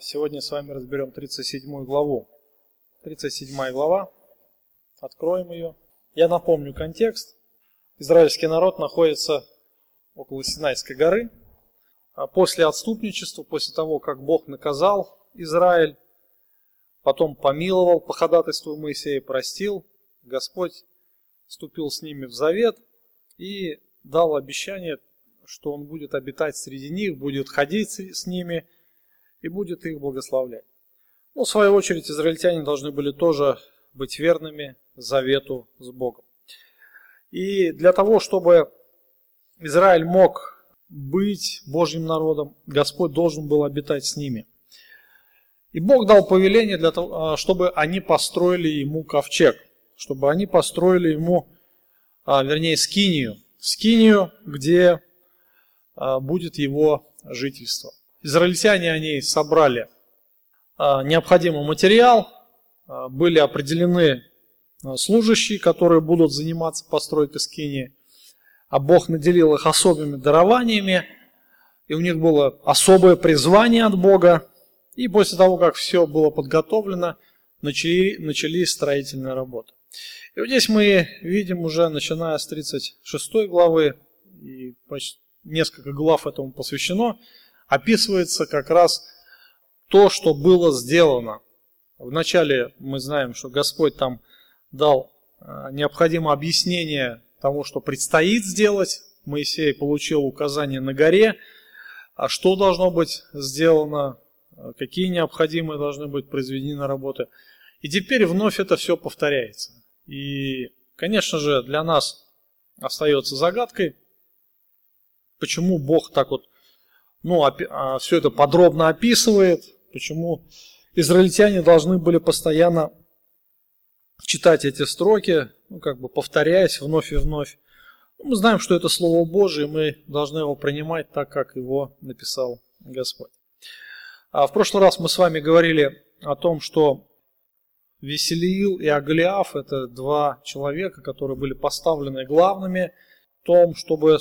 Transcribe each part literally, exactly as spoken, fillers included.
Сегодня с вами разберем тридцать седьмую главу. тридцать седьмая глава. Откроем ее. Я напомню контекст. Израильский народ находится около Синайской горы. После отступничества, после того, как Бог наказал Израиль, потом помиловал по ходатайству Моисея, простил, Господь вступил с ними в завет и дал обещание, что Он будет обитать среди них, будет ходить с ними и будет их благословлять. Ну, в свою очередь, израильтяне должны были тоже быть верными завету с Богом. И для того, чтобы Израиль мог быть Божьим народом, Господь должен был обитать с ними. И Бог дал повеление, для того, чтобы они построили ему ковчег, чтобы они построили ему, вернее, скинию, скинию, где будет его жительство. Израильтяне, они собрали необходимый материал, были определены служащие, которые будут заниматься постройкой скинии, а Бог наделил их особыми дарованиями, и у них было особое призвание от Бога. И после того, как все было подготовлено, начали, начались строительные работы. И вот здесь мы видим уже, начиная с тридцать шестой главы, и почти несколько глав этому посвящено, описывается как раз то, что было сделано. Вначале мы знаем, что Господь там дал необходимое объяснение тому, что предстоит сделать. Моисей получил указание на горе, а что должно быть сделано, какие необходимые должны быть произведены работы. И теперь вновь это все повторяется. И, конечно же, для нас остается загадкой, почему Бог так вот ну, опи- все это подробно описывает, почему израильтяне должны были постоянно читать эти строки, ну, как бы повторяясь вновь и вновь. Мы знаем, что это Слово Божие, и мы должны его принимать так, как его написал Господь. А в прошлый раз мы с вами говорили о том, что Веселиил и Аголиаф – это два человека, которые были поставлены главными в том, чтобы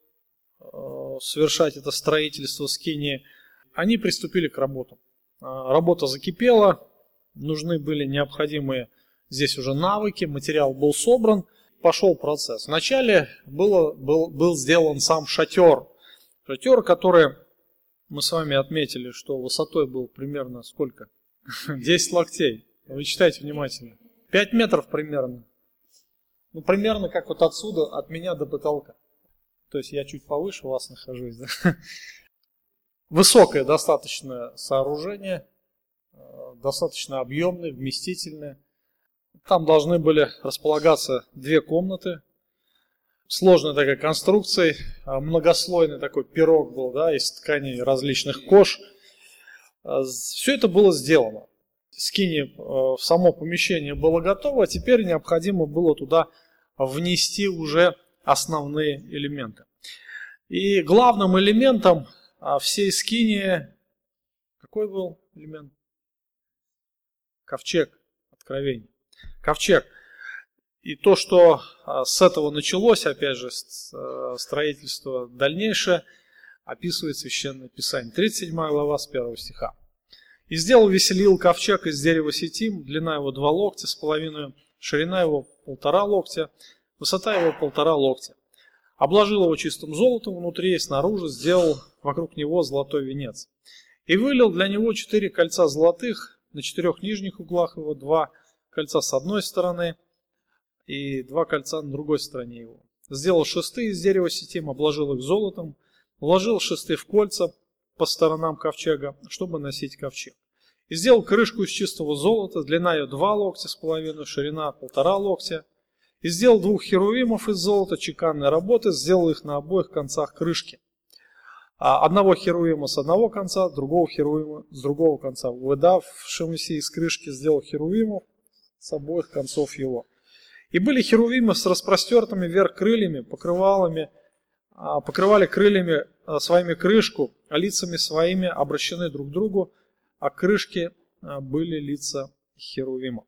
совершать это строительство скинии. Они приступили к работам. Работа закипела, нужны были необходимые здесь уже навыки, материал был собран, пошел процесс. Вначале было, был, был сделан сам шатер. Шатер, который мы с вами отметили, что высотой был примерно сколько? десять локтей. Вы читайте внимательно. пять метров примерно. Ну, примерно как вот отсюда, от меня до потолка. То есть я чуть повыше вас нахожусь. Да? Высокое достаточно сооружение, достаточно объемное, вместительное. Там должны были располагаться две комнаты. Сложная такая конструкция, многослойный такой пирог был, да, из тканей различных кож. Все это было сделано. Скинии, само помещение было готово, а теперь необходимо было туда внести уже основные элементы. И главным элементом всей скинии, какой был элемент? Ковчег откровения. Ковчег. И то, что с этого началось, опять же, строительство дальнейшее, описывает Священное Писание. тридцать седьмая глава с первого стиха. «И сделал Веселиил ковчег из дерева ситим, длина его два локтя с половиной, ширина его полтора локтя, высота его полтора локтя. Обложил его чистым золотом внутри и снаружи, сделал вокруг него золотой венец. И вылил для него четыре кольца золотых, на четырех нижних углах его, два кольца с одной стороны и два кольца на другой стороне его. Сделал шесты из дерева ситим, обложил их золотом, вложил шесты в кольца по сторонам ковчега, чтобы носить ковчег. И сделал крышку из чистого золота, длина ее два локтя с половиной, ширина полтора локтя. И сделал двух херувимов из золота чеканной работы, сделал их на обоих концах крышки. А одного херувима с одного конца, другого херувима с другого конца. Выдавшемуся из крышки сделал херувимов с обоих концов его. И были херувимы с распростертыми вверх крыльями, покрывалами, покрывали крыльями своими крышку, а лицами своими обращены друг к другу, а крышки были лица херувимов.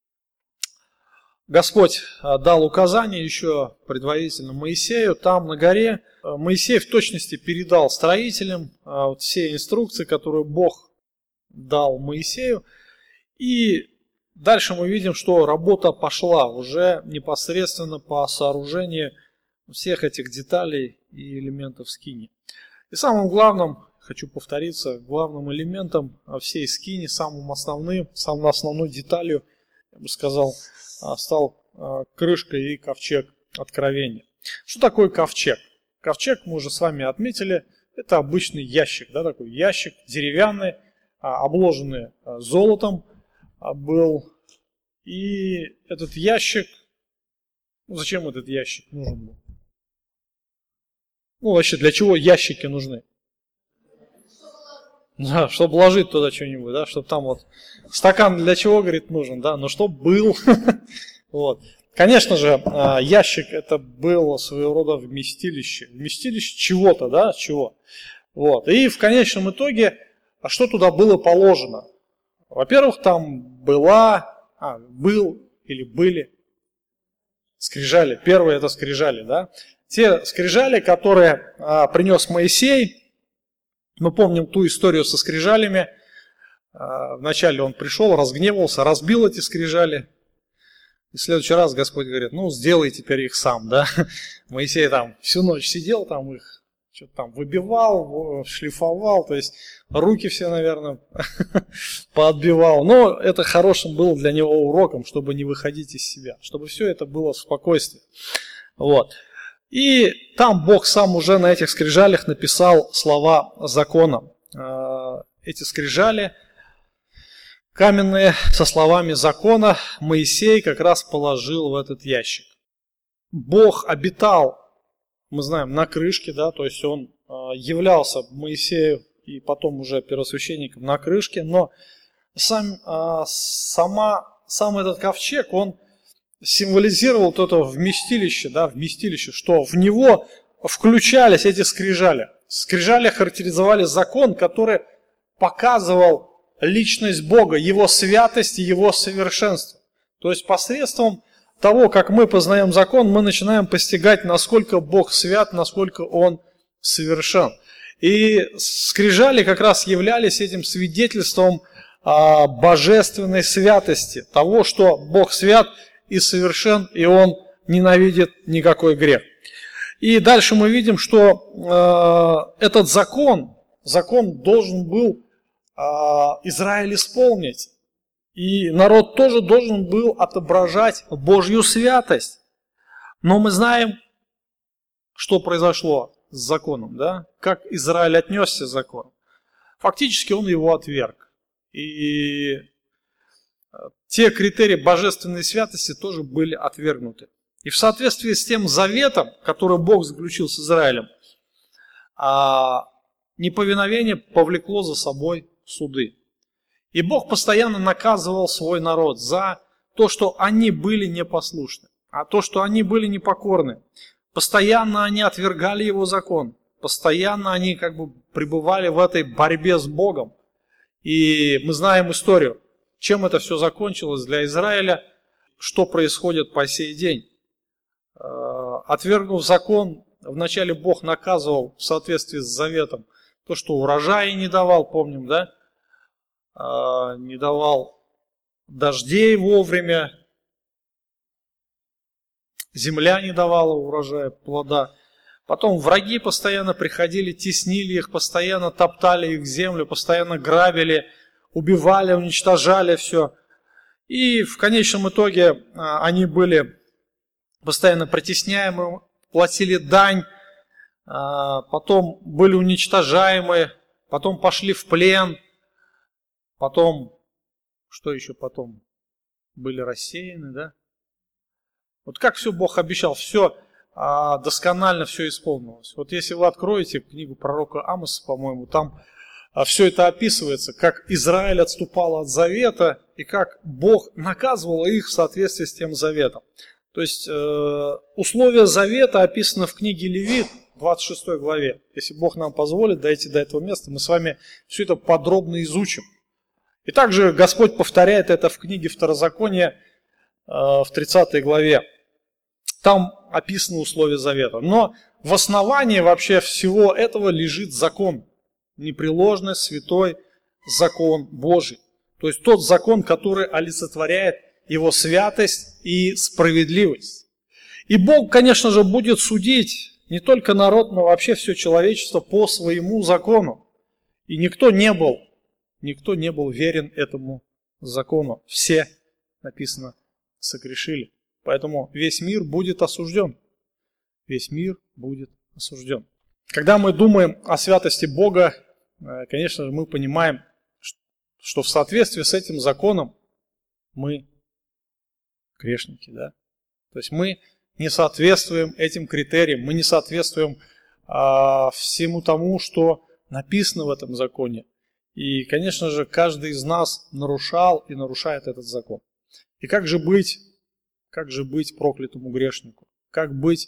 Господь дал указание еще предварительно Моисею, там на горе. Моисей в точности передал строителям все инструкции, которые Бог дал Моисею. И дальше мы видим, что работа пошла уже непосредственно по сооружению всех этих деталей и элементов скинии. И самым главным, хочу повториться, главным элементом всей скинии, самым основным, самой основной деталью, я бы сказал, стал крышка и ковчег откровения. Что такое ковчег? Ковчег, мы уже с вами отметили, это обычный ящик, да, такой ящик деревянный, обложенный золотом был. И этот ящик, ну зачем этот ящик нужен был? Ну вообще, для чего ящики нужны? Да, чтобы ложить туда что-нибудь, да, чтобы там вот стакан для чего, говорит, нужен, да, но чтобы был. Вот. Конечно же, ящик это было своего рода вместилище. Вместилище чего-то, да, чего. Вот. И в конечном итоге, а что туда было положено? Во-первых, там была, а, был или были скрижали. Первые это скрижали, да. Те скрижали, которые а, принес Моисей. Мы помним ту историю со скрижалями. А, вначале он пришел, разгневался, разбил эти скрижали. И в следующий раз Господь говорит, ну сделай теперь их сам, да. Моисей там всю ночь сидел, там их что-то там выбивал, шлифовал, то есть руки все, наверное, поотбивал. Но это хорошим было для него уроком, чтобы не выходить из себя, чтобы все это было в спокойствии. Вот. И там Бог сам уже на этих скрижалях написал слова закона. Эти скрижали каменные со словами закона Моисей как раз положил в этот ящик. Бог обитал, мы знаем, на крышке, да, то есть он являлся Моисею и потом уже первосвященником на крышке, но сам, сама, сам этот ковчег, он символизировал вот это вместилище, да, вместилище, что в него включались эти скрижали. Скрижали характеризовали закон, который показывал личность Бога, Его святость и Его совершенство. То есть посредством того, как мы познаем закон, мы начинаем постигать, насколько Бог свят, насколько Он совершен. И скрижали как раз являлись этим свидетельством а, божественной святости, того, что Бог свят и совершен, и Он ненавидит никакой грех. И дальше мы видим, что э, этот закон, закон должен был э, Израиль исполнить. И народ тоже должен был отображать Божью святость. Но мы знаем, что произошло с законом, да? Как Израиль отнесся к закону. Фактически он его отверг. И те критерии божественной святости тоже были отвергнуты. И в соответствии с тем заветом, который Бог заключил с Израилем, неповиновение повлекло за собой суды. И Бог постоянно наказывал свой народ за то, что они были непослушны, а то, что они были непокорны. Постоянно они отвергали его закон, постоянно они как бы пребывали в этой борьбе с Богом. И мы знаем историю, чем это все закончилось для Израиля, что происходит по сей день. Отвергнув закон, вначале Бог наказывал в соответствии с заветом то, что урожаи не давал, помним, да? Не давал дождей вовремя, земля не давала урожая, плода. Потом враги постоянно приходили, теснили их, постоянно топтали их землю, постоянно грабили, убивали, уничтожали все. И в конечном итоге они были постоянно притесняемы, платили дань, потом были уничтожаемы, потом пошли в плен, потом, что еще потом, были рассеяны, да? Вот как все Бог обещал, все досконально все исполнилось. Вот если вы откроете книгу пророка Амоса, по-моему, там все это описывается, как Израиль отступал от завета и как Бог наказывал их в соответствии с тем заветом. То есть э, условия завета описаны в книге Левит, двадцать шестой главе. Если Бог нам позволит дойти до этого места, мы с вами все это подробно изучим. И также Господь повторяет это в книге Второзакония э, в тридцатой главе. Там описаны условия завета. Но в основании вообще всего этого лежит закон. Непреложный, святой, закон Божий. То есть тот закон, который олицетворяет Его святость и справедливость. И Бог, конечно же, будет судить не только народ, но вообще все человечество по своему закону. И никто не был, никто не был верен этому закону. Все, написано, согрешили. Поэтому весь мир будет осужден. Весь мир будет осужден. Когда мы думаем о святости Бога, конечно же, мы понимаем, что в соответствии с этим законом мы грешники, да? То есть мы не соответствуем этим критериям, мы не соответствуем а, всему тому, что написано в этом законе. И, конечно же, каждый из нас нарушал и нарушает этот закон. И как же быть, как же быть проклятому грешнику? Как быть,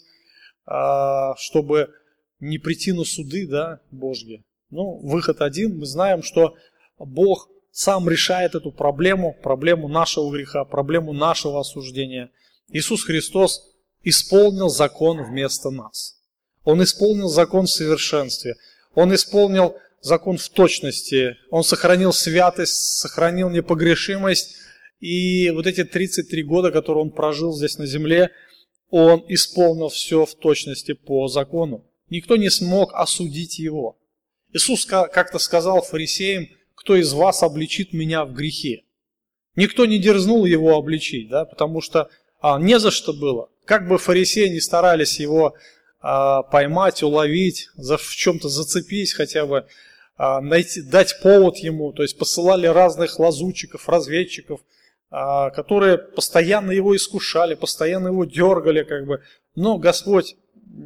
а, чтобы не прийти на суды, да, Божьи? Ну, выход один. Мы знаем, что Бог сам решает эту проблему, проблему нашего греха, проблему нашего осуждения. Иисус Христос исполнил закон вместо нас. Он исполнил закон в совершенстве. Он исполнил закон в точности. Он сохранил святость, сохранил непогрешимость. И вот эти тридцать три года, которые Он прожил здесь на земле, Он исполнил все в точности по закону. Никто не смог осудить Его. Иисус как-то сказал фарисеям: кто из вас обличит меня в грехе? Никто не дерзнул его обличить, да, потому что а, не за что было. Как бы фарисеи ни старались его а, поймать, уловить, за, в чем-то зацепить хотя бы, а, найти, дать повод ему, то есть посылали разных лазутчиков, разведчиков, а, которые постоянно его искушали, постоянно его дергали, как бы. Но Господь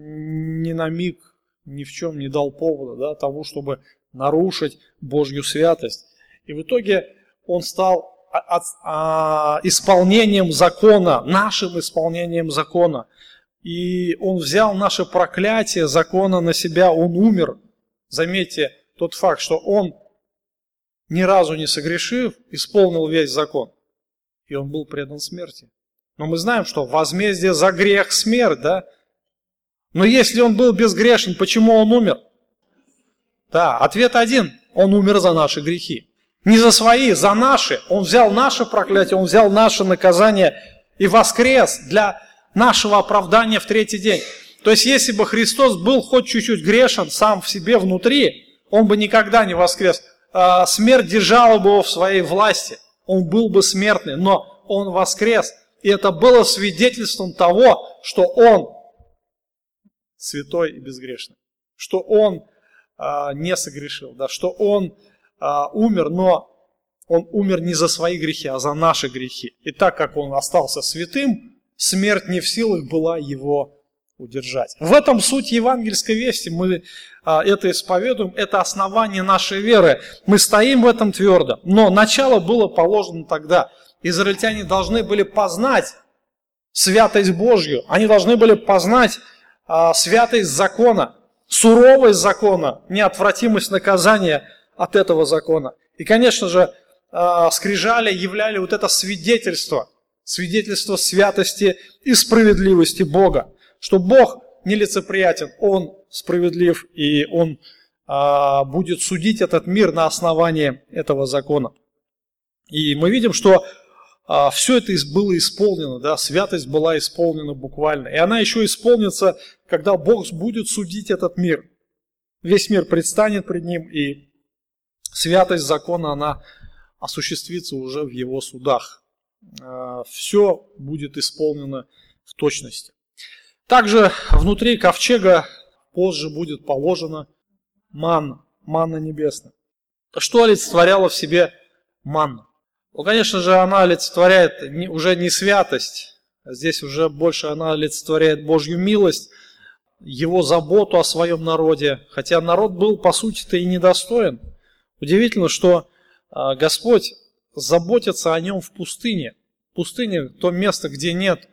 ни на миг ни в чем не дал повода, да, тому, чтобы нарушить Божью святость. И в итоге Он стал от, а, исполнением закона, нашим исполнением закона. И Он взял наше проклятие закона на себя, Он умер. Заметьте тот факт, что Он, ни разу не согрешив, исполнил весь закон. И Он был предан смерти. Но мы знаем, что возмездие за грех – смерть, да? Но если Он был безгрешен, почему Он умер? Да, ответ один. Он умер за наши грехи. Не за свои, за наши. Он взял наше проклятие, Он взял наше наказание и воскрес для нашего оправдания в третий день. То есть, если бы Христос был хоть чуть-чуть грешен сам в себе внутри, Он бы никогда не воскрес. Смерть держала бы Его в своей власти. Он был бы смертный, но Он воскрес. И это было свидетельством того, что Он святой и безгрешный. Что Он не согрешил, да, что Он а, умер, но Он умер не за свои грехи, а за наши грехи. И так как Он остался святым, смерть не в силах была Его удержать. В этом суть евангельской вести. Мы а, это исповедуем, это основание нашей веры. Мы стоим в этом твердо. Но начало было положено тогда. Израильтяне должны были познать святость Божью. Они должны были познать а, святость закона. Суровость закона, неотвратимость наказания от этого закона. И, конечно же, скрижали являли вот это свидетельство, свидетельство святости и справедливости Бога. Что Бог нелицеприятен, Он справедлив, и Он будет судить этот мир на основании этого закона. И мы видим, что а, все это было исполнено, да, святость была исполнена буквально. И она еще исполнится, когда Бог будет судить этот мир. Весь мир предстанет пред Ним, и святость закона, она осуществится уже в Его судах. А, все будет исполнено в точности. Также внутри ковчега позже будет положена манна, манна небесная. Что олицетворяло в себе манна? Ну, конечно же, она олицетворяет уже не святость, здесь уже больше она олицетворяет Божью милость, Его заботу о своем народе, хотя народ был, по сути-то, и недостоин. Удивительно, что Господь заботится о нем в пустыне. Пустыня – то место, где нет,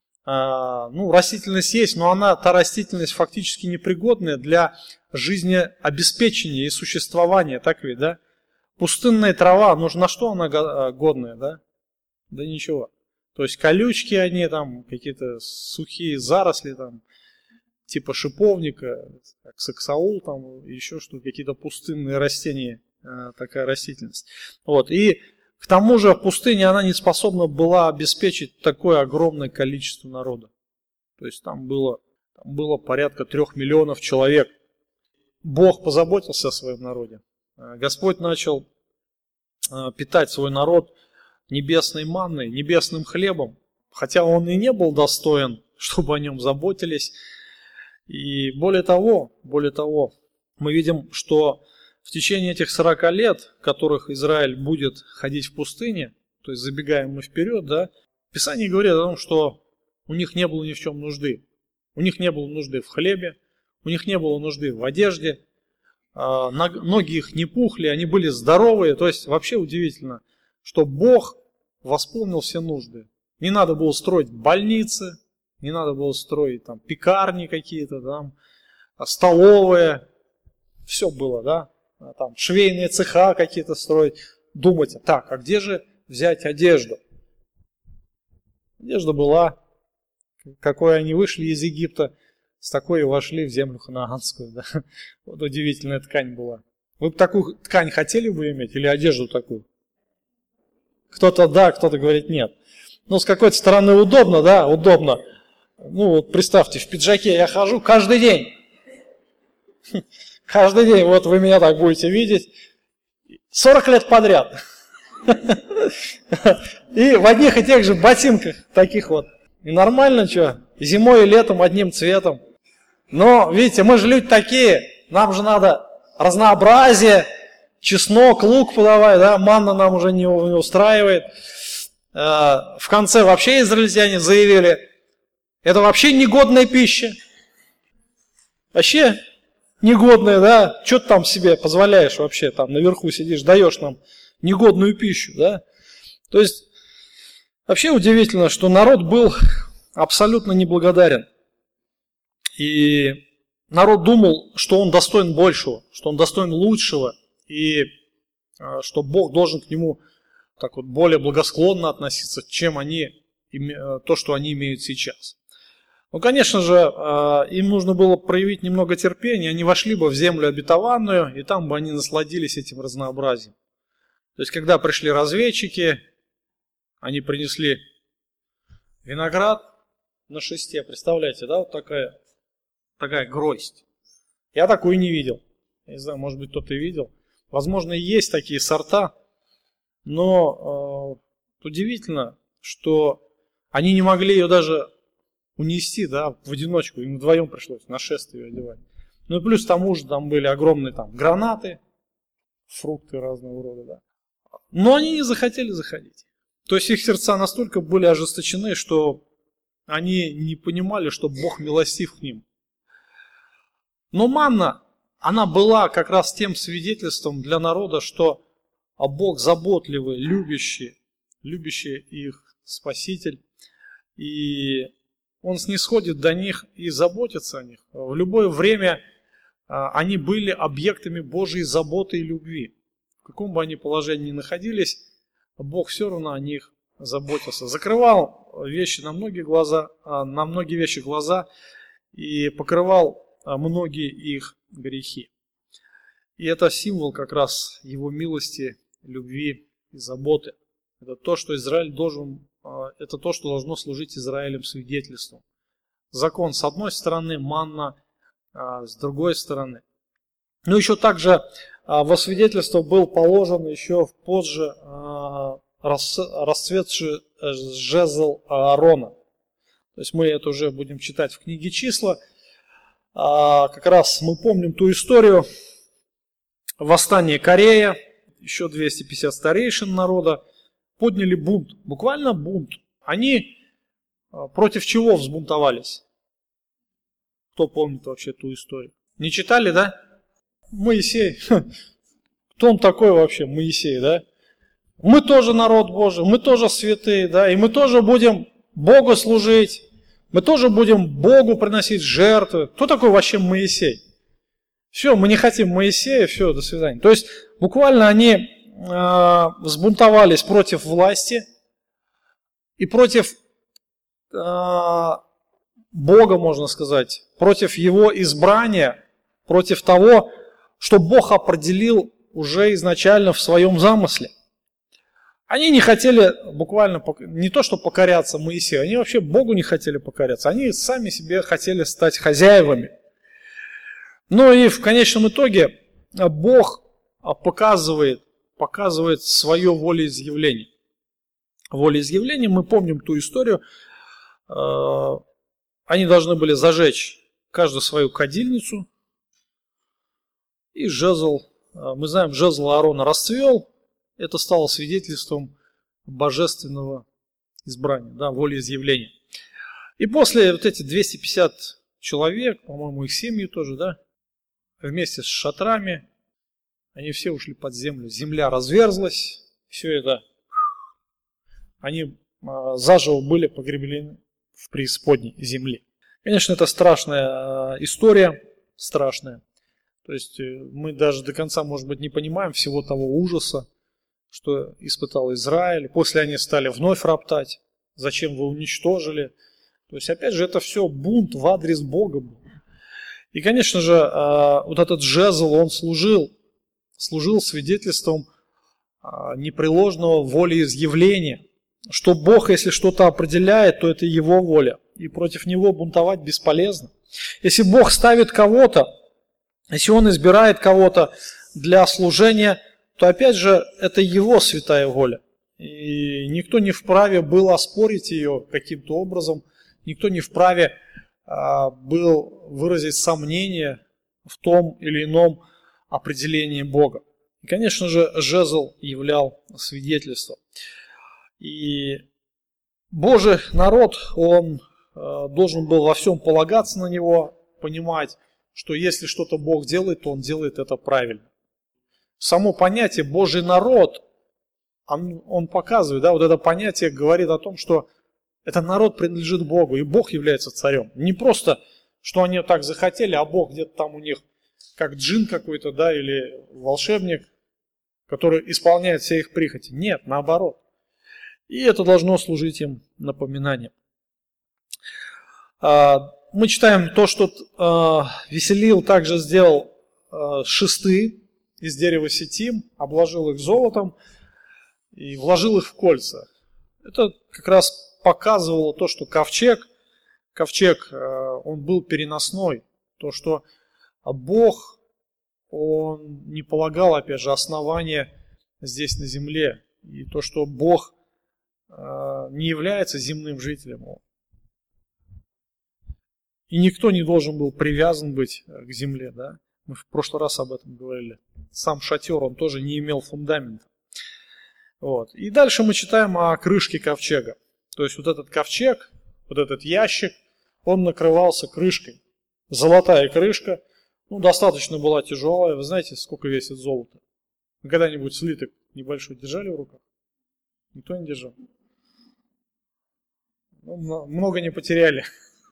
ну, растительность есть, но она, та растительность фактически непригодная для жизнеобеспечения и существования, так ведь, да? Пустынная трава, ну на что она годная, да? Да ничего. То есть колючки они там, какие-то сухие заросли там, типа шиповника, как саксаул там, еще что-то, какие-то пустынные растения такая растительность. Вот. И к тому же пустыня, она не способна была обеспечить такое огромное количество народа. То есть там было, там было порядка трех миллионов человек. Бог позаботился о своем народе. Господь начал питать свой народ небесной манной, небесным хлебом, хотя он и не был достоин, чтобы о нем заботились. И более того, более того, мы видим, что в течение этих сорока лет, в которых Израиль будет ходить в пустыне, то есть забегаем мы вперед, да, Писание говорит о том, что у них не было ни в чем нужды. У них не было нужды в хлебе, у них не было нужды в одежде, ноги их не пухли, они были здоровые. То есть вообще удивительно, что Бог восполнил все нужды. Не надо было строить больницы, не надо было строить там пекарни какие-то, там, столовые. Все было, да, там швейные цеха какие-то строить. Думать, так, а где же взять одежду? Одежда была, какой они вышли из Египта, с такой и вошли в землю ханаанскую. Да? Вот удивительная ткань была. Вы бы такую ткань хотели бы иметь или одежду такую? Кто-то да, кто-то говорит нет. Ну, с какой-то стороны удобно, да, удобно. Ну, вот представьте, в пиджаке я хожу каждый день. Каждый день, вот вы меня так будете видеть. сорок лет подряд. И в одних и тех же ботинках, таких вот. И нормально, что? Зимой и летом одним цветом. Но, видите, мы же люди такие, нам же надо разнообразие, чеснок, лук подавай, да, манна нам уже не устраивает. В конце вообще израильтяне заявили, это вообще негодная пища. Вообще негодная, да, что ты там себе позволяешь вообще, там наверху сидишь, даешь нам негодную пищу, да. То есть, вообще удивительно, что народ был абсолютно неблагодарен. И народ думал, что он достоин большего, что он достоин лучшего, и что Бог должен к нему так вот более благосклонно относиться, чем они, то, что они имеют сейчас. Ну, конечно же, им нужно было проявить немного терпения, они вошли бы в землю обетованную, и там бы они насладились этим разнообразием. То есть, когда пришли разведчики, они принесли виноград на шесте, представляете, да, вот такая, такая гроздь. Я такую не видел. Я не знаю, может быть, кто-то и видел. Возможно, есть такие сорта, но э, удивительно, что они не могли ее даже унести, да, в одиночку, им вдвоем пришлось на шест ее одевать. Ну и плюс к тому же там были огромные там гранаты, фрукты разного рода, да. Но они не захотели заходить. То есть их сердца настолько были ожесточены, что они не понимали, что Бог милостив к ним. Но манна, она была как раз тем свидетельством для народа, что Бог заботливый, любящий, любящий их Спаситель. И Он снисходит до них и заботится о них. В любое время они были объектами Божьей заботы и любви. В каком бы они положении ни находились, Бог все равно о них заботился. Закрывал вещи на многие глаза, на многие вещи глаза и покрывал многие их грехи. И это символ как раз Его милости, любви и заботы. Это то, что Израиль должен, это то, что должно служить Израилем свидетельством. Закон с одной стороны, манна с другой стороны. Но еще также во свидетельство был положен еще позже расцветший жезл Аарона. То есть мы это уже будем читать в книге Числа. Как раз мы помним ту историю восстания Корея, еще двести пятьдесят старейшин народа подняли бунт, буквально бунт. Они против чего взбунтовались? Кто помнит вообще ту историю? Не читали, да? Моисей. Кто он такой вообще, Моисей, да? Мы тоже народ Божий, мы тоже святые, да, и мы тоже будем Богу служить, мы тоже будем Богу приносить жертвы. Кто такой вообще Моисей? Все, мы не хотим Моисея, все, до свидания. То есть буквально они э, взбунтовались против власти и против э, Бога, можно сказать, против Его избрания, против того, что Бог определил уже изначально в своем замысле. Они не хотели буквально, не то что покоряться Моисею, они вообще Богу не хотели покоряться, они сами себе хотели стать хозяевами. Ну и в конечном итоге Бог показывает, показывает свое волеизъявление. Волеизъявление, мы помним ту историю, они должны были зажечь каждую свою кадильницу, и жезл, мы знаем, жезл Аарона расцвел, это стало свидетельством божественного избрания, да, волеизъявления. И после вот эти двести пятьдесят человек, по-моему, их семьи тоже, да, вместе с шатрами, они все ушли под землю, земля разверзлась, все это, они заживо были погребены в преисподней земли. Конечно, это страшная история, страшная. То есть мы даже до конца, может быть, не понимаем всего того ужаса, что испытал Израиль. После они стали вновь роптать. Зачем вы уничтожили? То есть, опять же, это все бунт в адрес Бога был. И, конечно же, вот этот жезл, он служил, служил свидетельством непреложного волеизъявления, что Бог, если что-то определяет, то это Его воля, и против Него бунтовать бесполезно. Если Бог ставит кого-то, если Он избирает кого-то для служения, то опять же это Его святая воля. И никто не вправе был оспорить ее каким-то образом, никто не вправе а, был выразить сомнение в том или ином определении Бога. И, конечно же, жезл являл свидетельство. И Божий народ, он а, должен был во всем полагаться на него, понимать, что если что-то Бог делает, то Он делает это правильно. Само понятие Божий народ, он, он показывает, да, вот это понятие говорит о том, что этот народ принадлежит Богу, и Бог является царем. Не просто, что они так захотели, а Бог где-то там у них, как джин какой-то, да, или волшебник, который исполняет все их прихоти. Нет, наоборот. И это должно служить им напоминанием. Мы читаем то, что Веселил также сделал шесты из дерева ситим, обложил их золотом и вложил их в кольца. Это как раз показывало то, что ковчег, ковчег, он был переносной. То, что Бог, Он не полагал, опять же, основания здесь на земле. И то, что Бог не является земным жителем. И никто не должен был привязан быть к земле, да? Мы в прошлый раз об этом говорили. Сам шатер, он тоже не имел фундамента. Вот. И дальше мы читаем о крышке ковчега. То есть вот этот ковчег, вот этот ящик, он накрывался крышкой. Золотая крышка, ну, достаточно была тяжелая. Вы знаете, сколько весит золото? Вы когда-нибудь слиток небольшой держали в руках? Никто не держал? Ну, много не потеряли.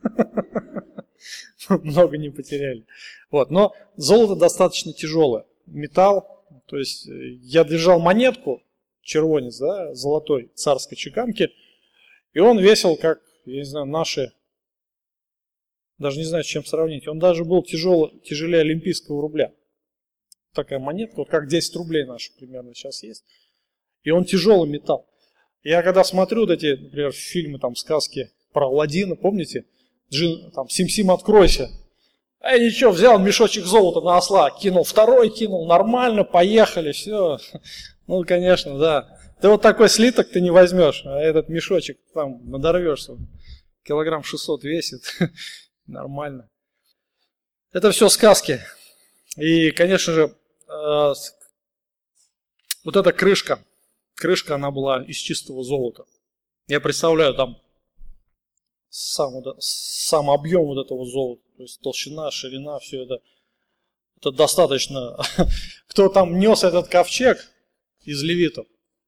Много не потеряли. Вот. Но золото достаточно тяжелое. Металл. То есть я держал монетку, червонец, да, золотой царской чеканки, и он весил как, я не знаю, наши, даже не знаю, с чем сравнить. Он даже был тяжелый, тяжелее олимпийского рубля. Такая монетка, вот как десять рублей наши примерно сейчас есть. И он тяжелый металл. Я когда смотрю вот эти, например, фильмы, там, сказки про Аладдина, помните? Джин, там, Сим-Сим, откройся. А я ничего, взял мешочек золота на осла, кинул второй, кинул, нормально, поехали, все. Ну, конечно, да. Ты вот такой слиток ты не возьмешь, а этот мешочек там надорвешься. Килограмм шестьсот весит. Нормально. Это все сказки. И, конечно же, э, вот эта крышка, крышка, она была из чистого золота. Я представляю там сам, сам объем вот этого золота, то есть толщина, ширина, все это. Это достаточно. Кто там нес этот ковчег из левитов,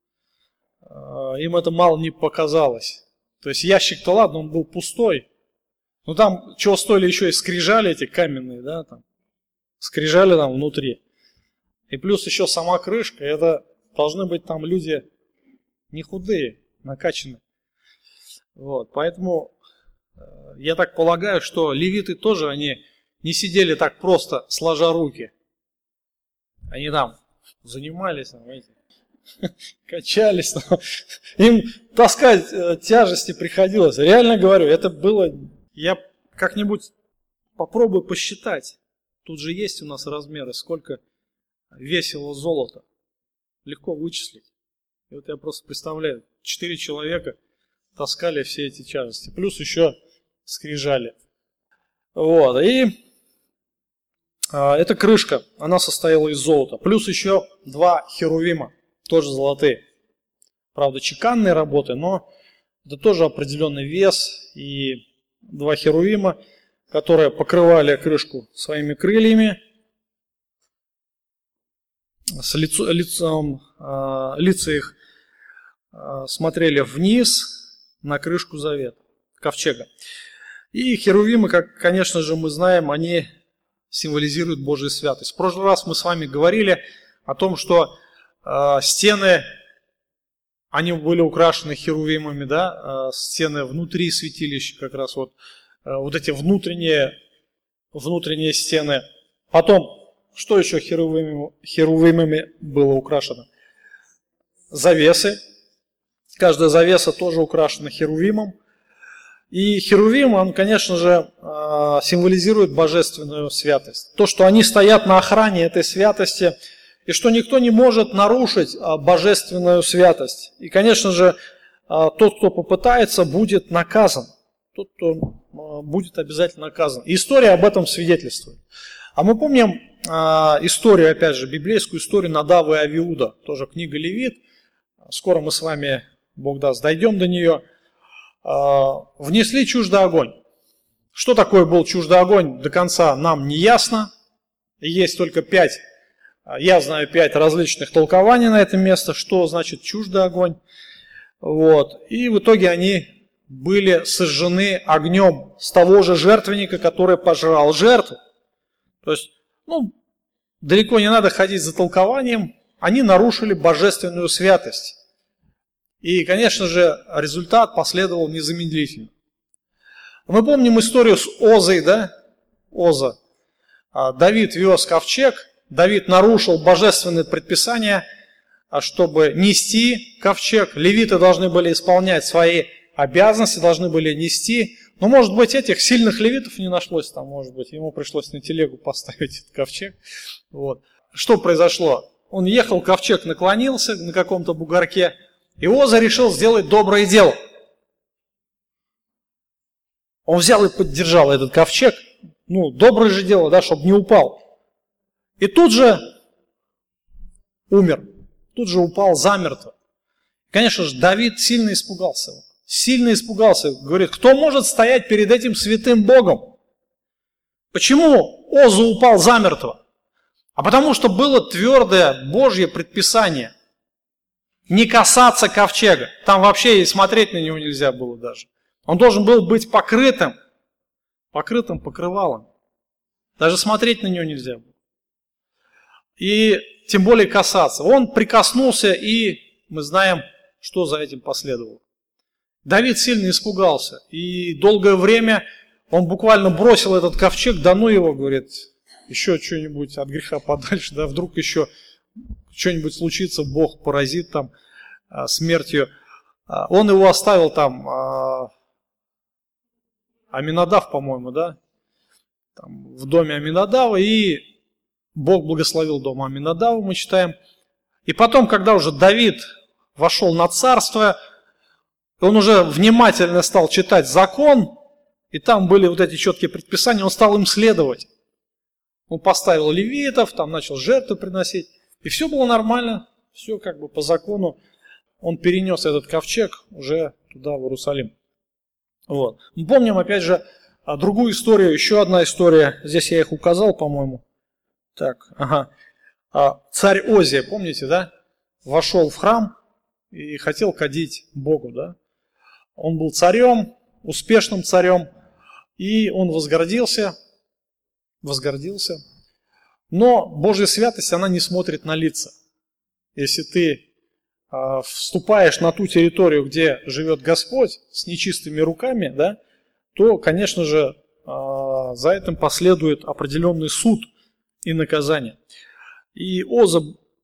им это мало не показалось. То есть ящик-то ладно, он был пустой. Но там чего стоили еще и скрижали эти каменные, да, там. Скрижали там внутри. И плюс еще сама крышка, это должны быть там люди не худые, накачанные. Вот, поэтому я так полагаю, что левиты тоже, они не сидели так просто, сложа руки. Они там занимались, знаете, качались. Им таскать тяжести приходилось. Реально говорю, это было... Я как-нибудь попробую посчитать. Тут же есть у нас размеры, сколько весило золото. Легко вычислить. И вот я просто представляю, четыре человека таскали все эти тяжести. Плюс еще скрижали. Вот, и а, эта крышка, она состояла из золота. Плюс еще два херувима, тоже золотые. Правда, чеканные работы, но это тоже определенный вес. И два херувима, которые покрывали крышку своими крыльями. С лицо, лицом, а, лица их а, смотрели вниз на крышку завета, ковчега. И херувимы, как, конечно же, мы знаем, они символизируют Божью святость. В прошлый раз мы с вами говорили о том, что э, стены, они были украшены херувимами, да, э, стены внутри святилища, как раз вот, э, вот эти внутренние, внутренние стены. Потом, что еще херувимами, херувимами было украшено? Завесы. Каждая завеса тоже украшена херувимом. И херувим, он, конечно же, символизирует божественную святость. То, что они стоят на охране этой святости, и что никто не может нарушить божественную святость. И, конечно же, тот, кто попытается, будет наказан. Тот, кто будет обязательно наказан. И история об этом свидетельствует. А мы помним историю, опять же, библейскую историю Надава и Авиуда. Тоже книга Левит. Скоро мы с вами, Бог даст, дойдем до нее. Внесли чуждый огонь. Что такое был чуждый огонь, до конца нам не ясно. Есть только пять, я знаю пять различных толкований на это место, что значит чуждый огонь. Вот. И в итоге они были сожжены огнем с того же жертвенника, который пожрал жертву. То есть, ну, далеко не надо ходить за толкованием, они нарушили божественную святость. И, конечно же, результат последовал незамедлительно. Мы помним историю с Озой, да? Оза. Давид вез ковчег, Давид нарушил божественные предписания, чтобы нести ковчег. Левиты должны были исполнять свои обязанности, должны были нести. Но, может быть, этих сильных левитов не нашлось там, может быть, ему пришлось на телегу поставить этот ковчег. Вот. Что произошло? Он ехал, ковчег наклонился на каком-то бугорке, и Оза решил сделать доброе дело. Он взял и поддержал этот ковчег. Ну, доброе же дело, да, чтобы не упал. И тут же умер. Тут же упал замертво. Конечно же, Давид сильно испугался. Сильно испугался. Говорит, кто может стоять перед этим святым Богом? Почему Оза упал замертво? А потому что было твердое Божье предписание. Не касаться ковчега. Там вообще и смотреть на него нельзя было даже. Он должен был быть покрытым. Покрытым покрывалом. Даже смотреть на него нельзя было. И тем более касаться. Он прикоснулся, и мы знаем, что за этим последовало. Давид сильно испугался. И долгое время он буквально бросил этот ковчег, да ну его, говорит, еще что-нибудь от греха подальше, да вдруг еще что-нибудь случится, Бог поразит там а, смертью. А, он его оставил там, а, Аминадав, по-моему, да, там, в доме Аминадава, и Бог благословил дом Аминадава, мы читаем. И потом, когда уже Давид вошел на царство, он уже внимательно стал читать закон, и там были вот эти четкие предписания, он стал им следовать. Он поставил левитов, там начал жертвы приносить. И все было нормально, все как бы по закону. Он перенес этот ковчег уже туда, в Иерусалим. Вот. Мы помним, опять же, другую историю, еще одна история. Здесь я их указал, по-моему. Так, ага. Царь Озия, помните, да? Вошел в храм и хотел кадить Богу, да? Он был царем, успешным царем, и он возгордился, возгордился. Но Божья святость, она не смотрит на лица. Если ты э, вступаешь на ту территорию, где живет Господь, с нечистыми руками, да, то, конечно же, э, за этим последует определенный суд и наказание. И Оза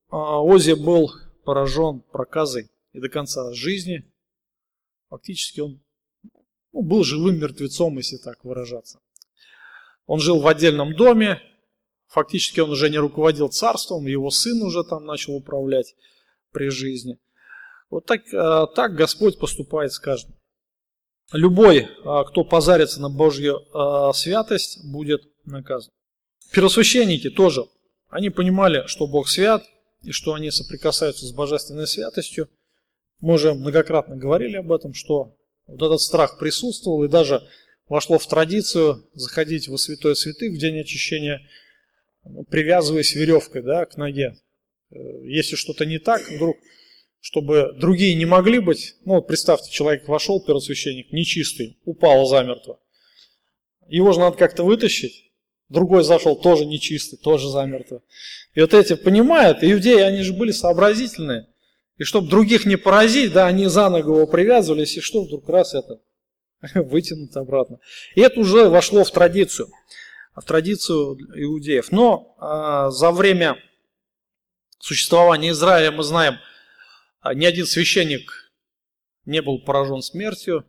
Озия был поражен проказой и до конца жизни. Фактически он ну, был живым мертвецом, если так выражаться. Он жил в отдельном доме. Фактически он уже не руководил царством, его сын уже там начал управлять при жизни. Вот так, так Господь поступает с каждым. Любой, кто позарится на Божью святость, будет наказан. Первосвященники тоже, они понимали, что Бог свят, и что они соприкасаются с божественной святостью. Мы уже многократно говорили об этом, что вот этот страх присутствовал и даже вошло в традицию заходить во святое святых в день очищения, привязываясь веревкой, да, к ноге. Если что-то не так, вдруг, чтобы другие не могли быть, ну вот представьте, человек вошел, первосвященник, нечистый, упал замертво. Его же надо как-то вытащить. Другой зашел, тоже нечистый, тоже замертво. И вот эти понимают, иудеи, они же были сообразительные. И чтобы других не поразить, да, они за ногу его привязывались, и что вдруг раз это вытянут обратно. И это уже вошло в традицию, в традицию иудеев. Но а, за время существования Израиля, мы знаем, ни один священник не был поражен смертью.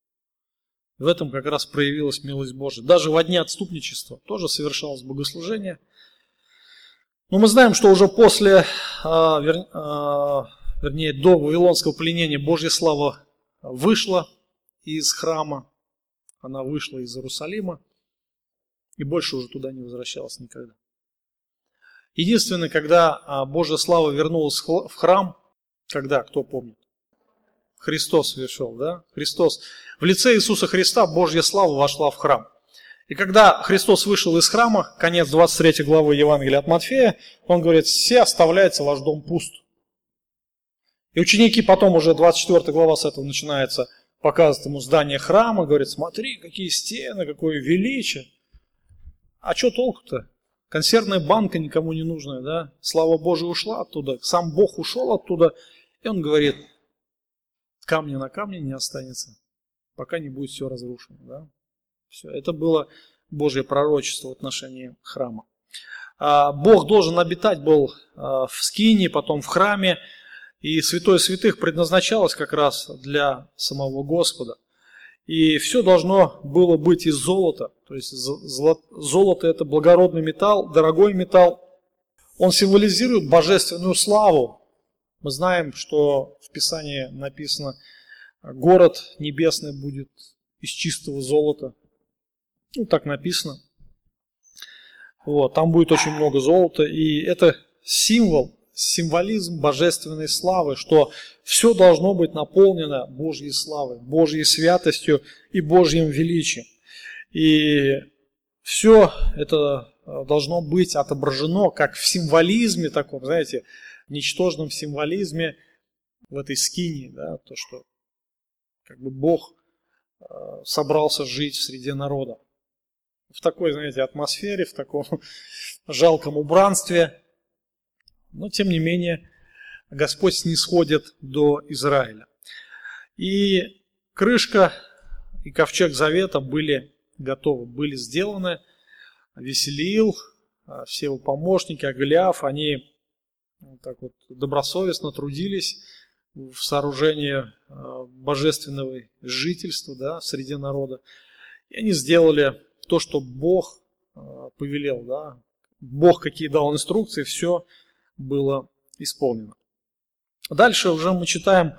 В этом как раз проявилась милость Божия. Даже во дни отступничества тоже совершалось богослужение. Но мы знаем, что уже после, а, вер, а, вернее, до вавилонского пленения Божья слава вышла из храма. Она вышла из Иерусалима и больше уже туда не возвращалась никогда. Единственное, когда Божья слава вернулась в храм, когда, кто помнит? Христос пришел, да? Христос. В лице Иисуса Христа Божья слава вошла в храм. И когда Христос вышел из храма, конец двадцать третьей главы Евангелия от Матфея, он говорит, все оставляется ваш дом пуст. И ученики потом уже двадцать четвёртая глава с этого начинается, показывает ему здание храма, говорит, смотри, какие стены, какое величие. А что толку-то? Консервная банка никому не нужная, да? Слава Божия ушла оттуда, сам Бог ушел оттуда. И он говорит, камня на камне не останется, пока не будет все разрушено, да? Все, это было Божье пророчество в отношении храма. Бог должен обитать был в скинии, потом в храме, и святое святых предназначалось как раз для самого Господа. И все должно было быть из золота, то есть золото это благородный металл, дорогой металл. Он символизирует божественную славу. Мы знаем, что в Писании написано, город небесный будет из чистого золота. Ну, так написано. Вот, там будет очень много золота, и это символ, символизм божественной славы, что все должно быть наполнено Божьей славой, Божьей святостью и Божьим величием. И все это должно быть отображено как в символизме таком, знаете, в ничтожном символизме в этой скинии, да, то, что как бы Бог собрался жить в среде народа. В такой, знаете, атмосфере, в таком жалком убранстве. Но, тем не менее, Господь снисходит до Израиля. И крышка и ковчег завета были готовы, были сделаны. Веселиил, все его помощники, Аголиаф, они вот так вот добросовестно трудились в сооружении божественного жительства, да, среди народа. И они сделали то, что Бог повелел, да. Бог какие дал инструкции, все было исполнено. Дальше уже мы читаем,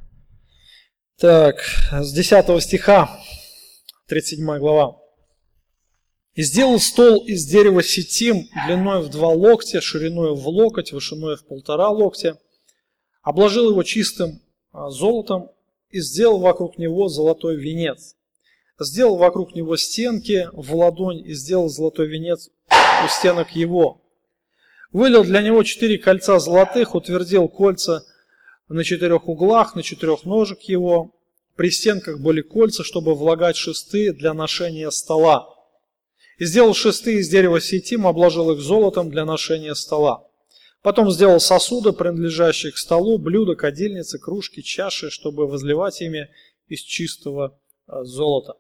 так, с десятого стиха, тридцать седьмая глава. «И сделал стол из дерева ситим длиной в два локтя, шириной в локоть, вышиной в полтора локтя, обложил его чистым золотом и сделал вокруг него золотой венец. Сделал вокруг него стенки в ладонь и сделал золотой венец у стенок его. Вылил для него четыре кольца золотых, утвердил кольца на четырех углах, на четырех ножек его. При стенках были кольца, чтобы влагать шесты для ношения стола. И сделал шесты из дерева ситим, обложил их золотом для ношения стола. Потом сделал сосуды, принадлежащие к столу, блюда, кадильницы, кружки, чаши, чтобы возливать ими из чистого золота».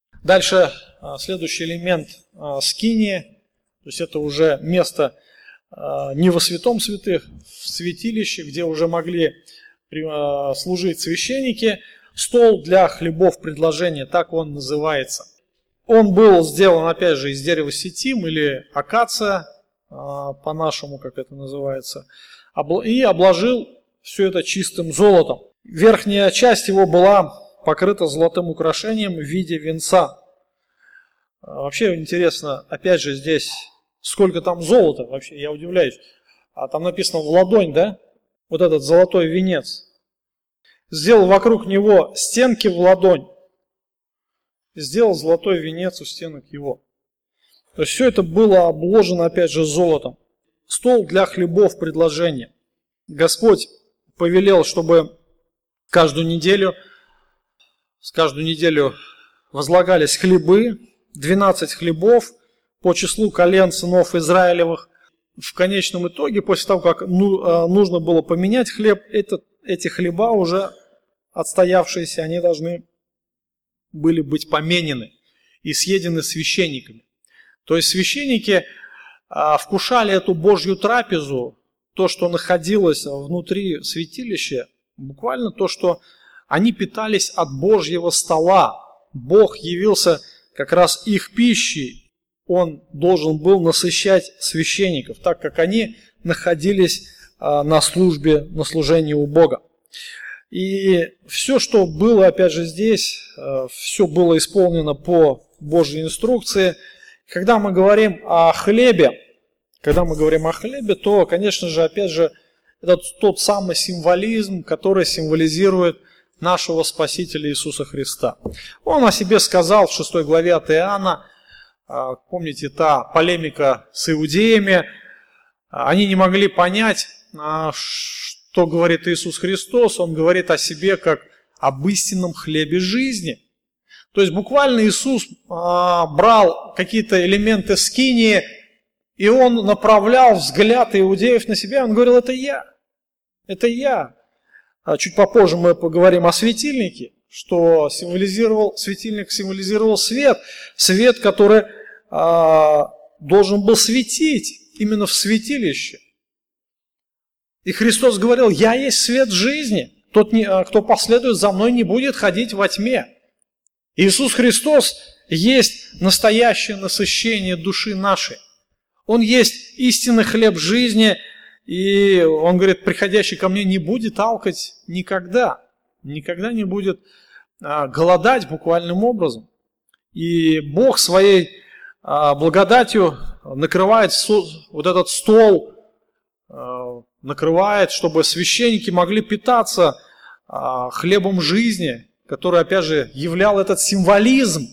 Дальше следующий элемент скинии, то есть это уже место не во святом святых, в святилище, где уже могли служить священники, стол для хлебов предложения, так он называется. Он был сделан, опять же, из дерева ситим или акация, по-нашему, как это называется, и обложил все это чистым золотом. Верхняя часть его была покрыта золотым украшением в виде венца. Вообще интересно, опять же, здесь сколько там золота, вообще я удивляюсь. А там написано в ладонь, да? Вот этот золотой венец. Сделал вокруг него стенки в ладонь. Сделал золотой венец у стенок его. То есть все это было обложено, опять же, золотом. Стол для хлебов предложения. Господь повелел, чтобы каждую неделю, с каждую неделю возлагались хлебы, двенадцать хлебов по числу колен сынов Израилевых. В конечном итоге, после того, как нужно было поменять хлеб, этот, эти хлеба уже отстоявшиеся, они должны были быть поменены и съедены священниками. То есть священники а, вкушали эту Божью трапезу, то, что находилось внутри святилища, буквально то, что они питались от Божьего стола. Бог явился как раз их пищей. Он должен был насыщать священников, так как они находились а, на службе, на служении у Бога. И все, что было, опять же, здесь, а, все было исполнено по Божьей инструкции. Когда мы говорим о хлебе, когда мы говорим о хлебе, то, конечно же, опять же, это тот самый символизм, который символизирует нашего Спасителя Иисуса Христа. Он о себе сказал в шестой главе от Иоанна, помните, та полемика с иудеями, они не могли понять, что говорит Иисус Христос, Он говорит о себе как об истинном хлебе жизни. То есть буквально Иисус брал какие-то элементы скинии, и Он направлял взгляд иудеев на себя, Он говорил, это я, это я. Чуть попозже мы поговорим о светильнике, что символизировал, светильник символизировал свет, свет, который а, должен был светить именно в святилище. И Христос говорил, я есть свет жизни, тот, не, кто последует за мной, не будет ходить во тьме. Иисус Христос есть настоящее насыщение души нашей. Он есть истинный хлеб жизни, и Он говорит, приходящий ко мне не будет алкать никогда, никогда не будет а, голодать буквальным образом. И Бог своей а, благодатью накрывает со, вот этот стол, а, накрывает, чтобы священники могли питаться а, хлебом жизни, который, опять же, являл этот символизм.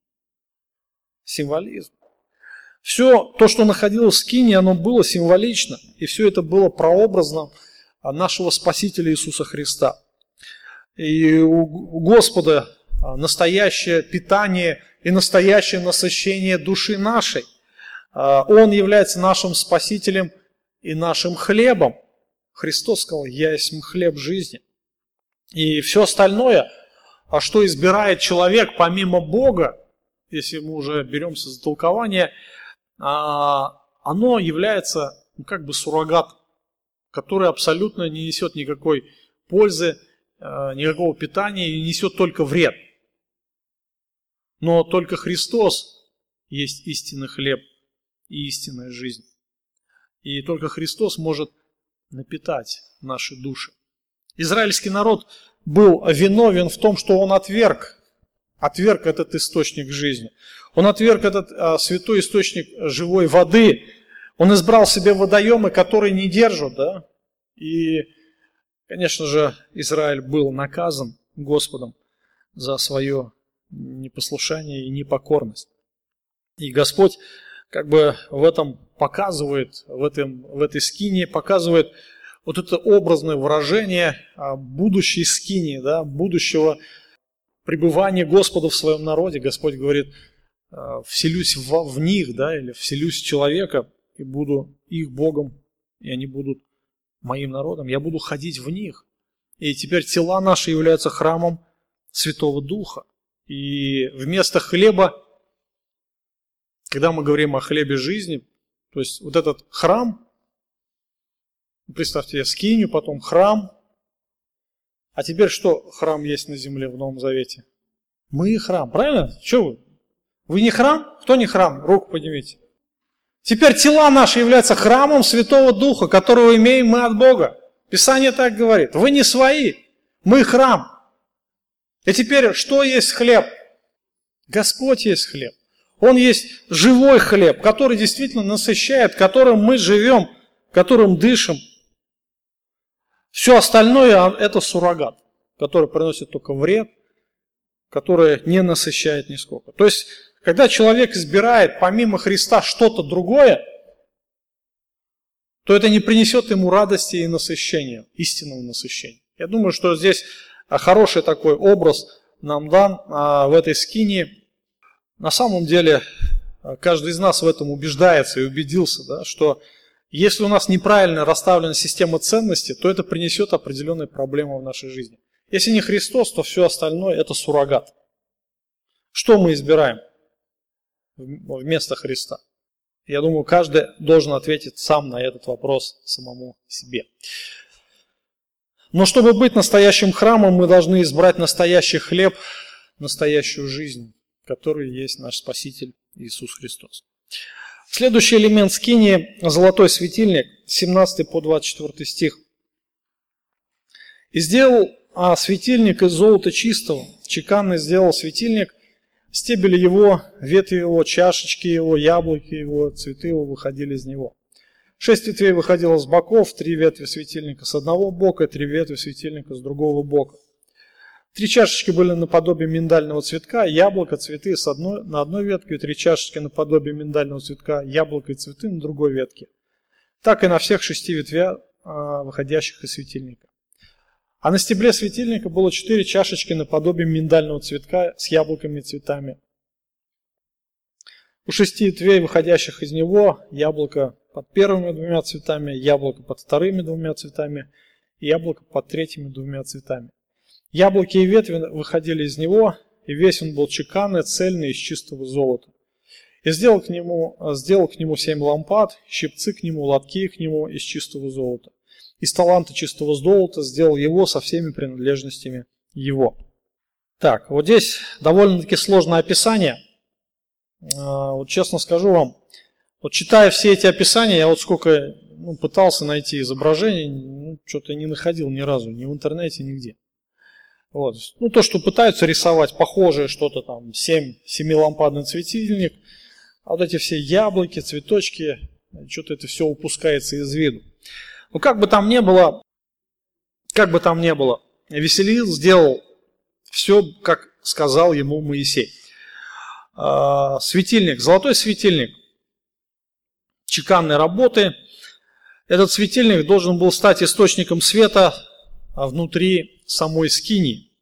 Символизм. Все то, что находилось в скинии, оно было символично. И все это было прообразно нашего Спасителя Иисуса Христа. И у Господа настоящее питание и настоящее насыщение души нашей. Он является нашим Спасителем и нашим хлебом. Христос сказал, я есть хлеб жизни. И все остальное, а что избирает человек помимо Бога, если мы уже беремся за толкование, оно является ну, как бы суррогатом, который абсолютно не несет никакой пользы, никакого питания и несет только вред. Но только Христос есть истинный хлеб и истинная жизнь. И только Христос может напитать наши души. Израильский народ был виновен в том, что он отверг, отверг этот источник жизни. Он отверг этот а, святой источник живой воды. Он избрал себе водоемы, которые не держат. Да? И, конечно же, Израиль был наказан Господом за свое непослушание и непокорность. И Господь как бы в этом показывает, в, этом, в этой скинии показывает вот это образное выражение будущей скинии, да, будущего пребывания Господа в своем народе. Господь говорит, вселюсь в, в них, да, или вселюсь в человека и буду их Богом, и они будут моим народом. Я буду ходить в них. И теперь тела наши являются храмом Святого Духа. И вместо хлеба, когда мы говорим о хлебе жизни, то есть вот этот храм, Представьте себе скинию, потом храм. А теперь что храм есть на земле в Новом Завете? Мы храм, правильно? Что вы? Вы не храм? Кто не храм? Руку поднимите. Теперь тела наши являются храмом Святого Духа, которого имеем мы от Бога. Писание так говорит. Вы не свои, мы храм. И теперь что есть хлеб? Господь есть хлеб. Он есть живой хлеб, который действительно насыщает, которым мы живем, которым дышим. Все остальное это суррогат, который приносит только вред, который не насыщает нисколько. То есть, когда человек избирает помимо Христа что-то другое, то это не принесет ему радости и насыщения, истинного насыщения. Я думаю, что здесь хороший такой образ нам дан в этой скинии. На самом деле, каждый из нас в этом убеждается и убедился, да, что если у нас неправильно расставлена система ценностей, то это принесет определенные проблемы в нашей жизни. Если не Христос, то все остальное это суррогат. Что мы избираем вместо Христа? Я думаю, каждый должен ответить сам на этот вопрос самому себе. Но чтобы быть настоящим храмом, мы должны избрать настоящий хлеб, настоящую жизнь, который есть наш Спаситель Иисус Христос. Следующий элемент скинии – золотой светильник, семнадцатый по двадцать четвёртый стих. «И сделал а, светильник из золота чистого, чеканный сделал светильник, стебели его, ветви его, чашечки его, яблоки его, цветы его выходили из него. Шесть ветвей выходило с боков, три ветви светильника с одного бока, три ветви светильника с другого бока. Три чашечки были наподобие миндального цветка, яблоко, цветы с одной, на одной ветке, и три чашечки наподобие миндального цветка, яблоко и цветы на другой ветке. Так и на всех шести ветвях, выходящих из светильника. А на стебле светильника было четыре чашечки наподобие миндального цветка с яблоками и цветами. У шести ветвей, выходящих из него, яблоко под первыми двумя цветами, яблоко под вторыми двумя цветами и яблоко под третьими двумя цветами. Яблоки и ветви выходили из него, и весь он был чеканный, цельный, из чистого золота. И сделал к нему, сделал к нему семь лампад, щипцы к нему, лотки к нему из чистого золота. Из таланта чистого золота сделал его со всеми принадлежностями его». Так, вот здесь довольно-таки сложное описание. Вот честно скажу вам, вот читая все эти описания, я вот сколько ну, пытался найти изображений, ну, что-то не находил ни разу, ни в интернете, нигде. Вот. Ну, то, что пытаются рисовать похожее что-то там, семь, семилампадный светильник, а вот эти все яблоки, цветочки, что-то это все упускается из виду. Ну, как бы там ни было, как бы там ни было, Веселиил сделал все, как сказал ему Моисей. Светильник, золотой светильник чеканной работы. Этот светильник должен был стать источником света внутри самой скинии.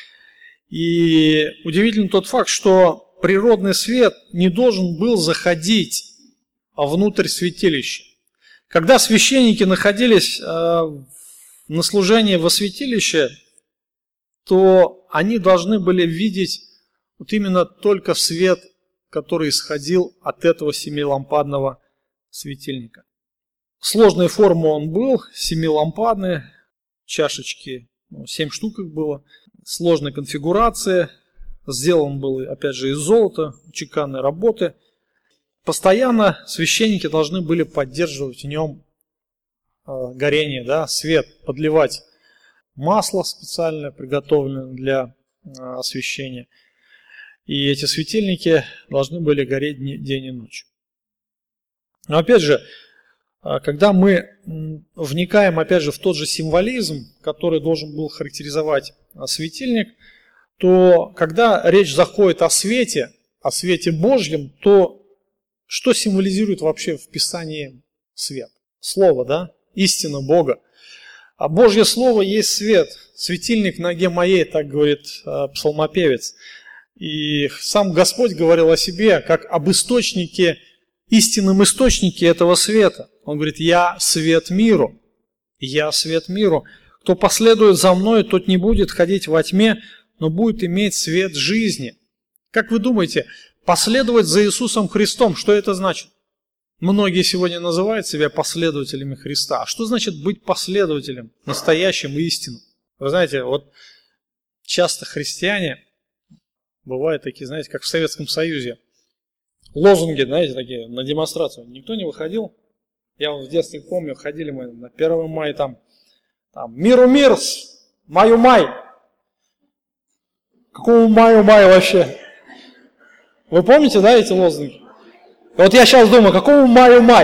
И удивительный тот факт, что природный свет не должен был заходить внутрь святилища. Когда священники находились на служении во святилище, то они должны были видеть вот именно только свет, который исходил от этого семилампадного светильника. Сложной формы он был, семилампадный, чашечки, ну, семь штук их было, сложной конфигурации, сделан был, опять же, из золота, чеканной работы. Постоянно священники должны были поддерживать в нем э, горение, да, свет, подливать масло специальное, приготовленное для э, освещения. И эти светильники должны были гореть день и ночь. Но опять же, когда мы вникаем опять же в тот же символизм, который должен был характеризовать светильник, то когда речь заходит о свете, о свете Божьем, то что символизирует вообще в Писании свет? Слово, да? Истина Бога. А Божье Слово есть свет. Светильник в ноге моей, так говорит псалмопевец. И сам Господь говорил о себе, как об источнике, истинном источнике этого света. Он говорит: «Я свет миру, я свет миру. Кто последует за мной, тот не будет ходить во тьме, но будет иметь свет жизни». Как вы думаете, последовать за Иисусом Христом, что это значит? Многие сегодня называют себя последователями Христа. А что значит быть последователем, настоящим и истинным? Вы знаете, вот часто христиане, бывают такие, знаете, как в Советском Союзе, лозунги, знаете, такие на демонстрацию. Никто не выходил. Я вот в детстве помню, ходили мы на первое мая там, там миру мир, маю май. Какого маю май вообще? Вы помните, да, эти лозунги? Вот я сейчас думаю, какого маю май?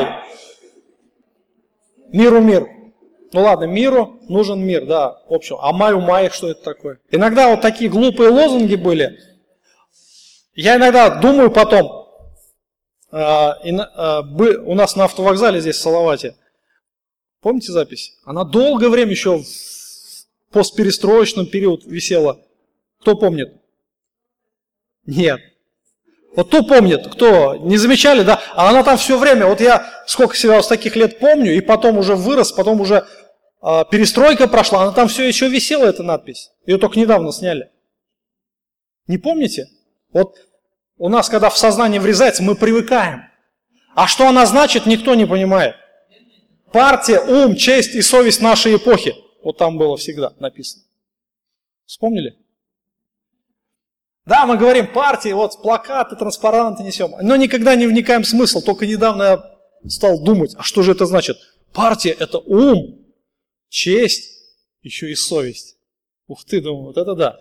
Миру мир. Ну ладно, миру нужен мир, да, в общем. А маю май, что это такое? Иногда вот такие глупые лозунги были. Я иногда думаю потом, а, и, а, бы, у нас на автовокзале здесь в Салавате, помните запись? Она долгое время еще в постперестроечном период висела. Кто помнит? Нет. Вот кто помнит, кто, не замечали, да? А она там все время, вот я сколько себя с таких лет помню, и потом уже вырос, потом уже э, перестройка прошла, она там все еще висела, эта надпись. Ее только недавно сняли. Не помните? Вот у нас, когда в сознание врезается, мы привыкаем. А что она значит, никто не понимает. Партия, ум, честь и совесть нашей эпохи. Вот там было всегда написано. Вспомнили? Да, мы говорим партии, вот плакаты, транспаранты несем, но никогда не вникаем в смысл. Только недавно я стал думать, а что же это значит? Партия – это ум, честь, еще и совесть. Ух ты, думаю, вот это да.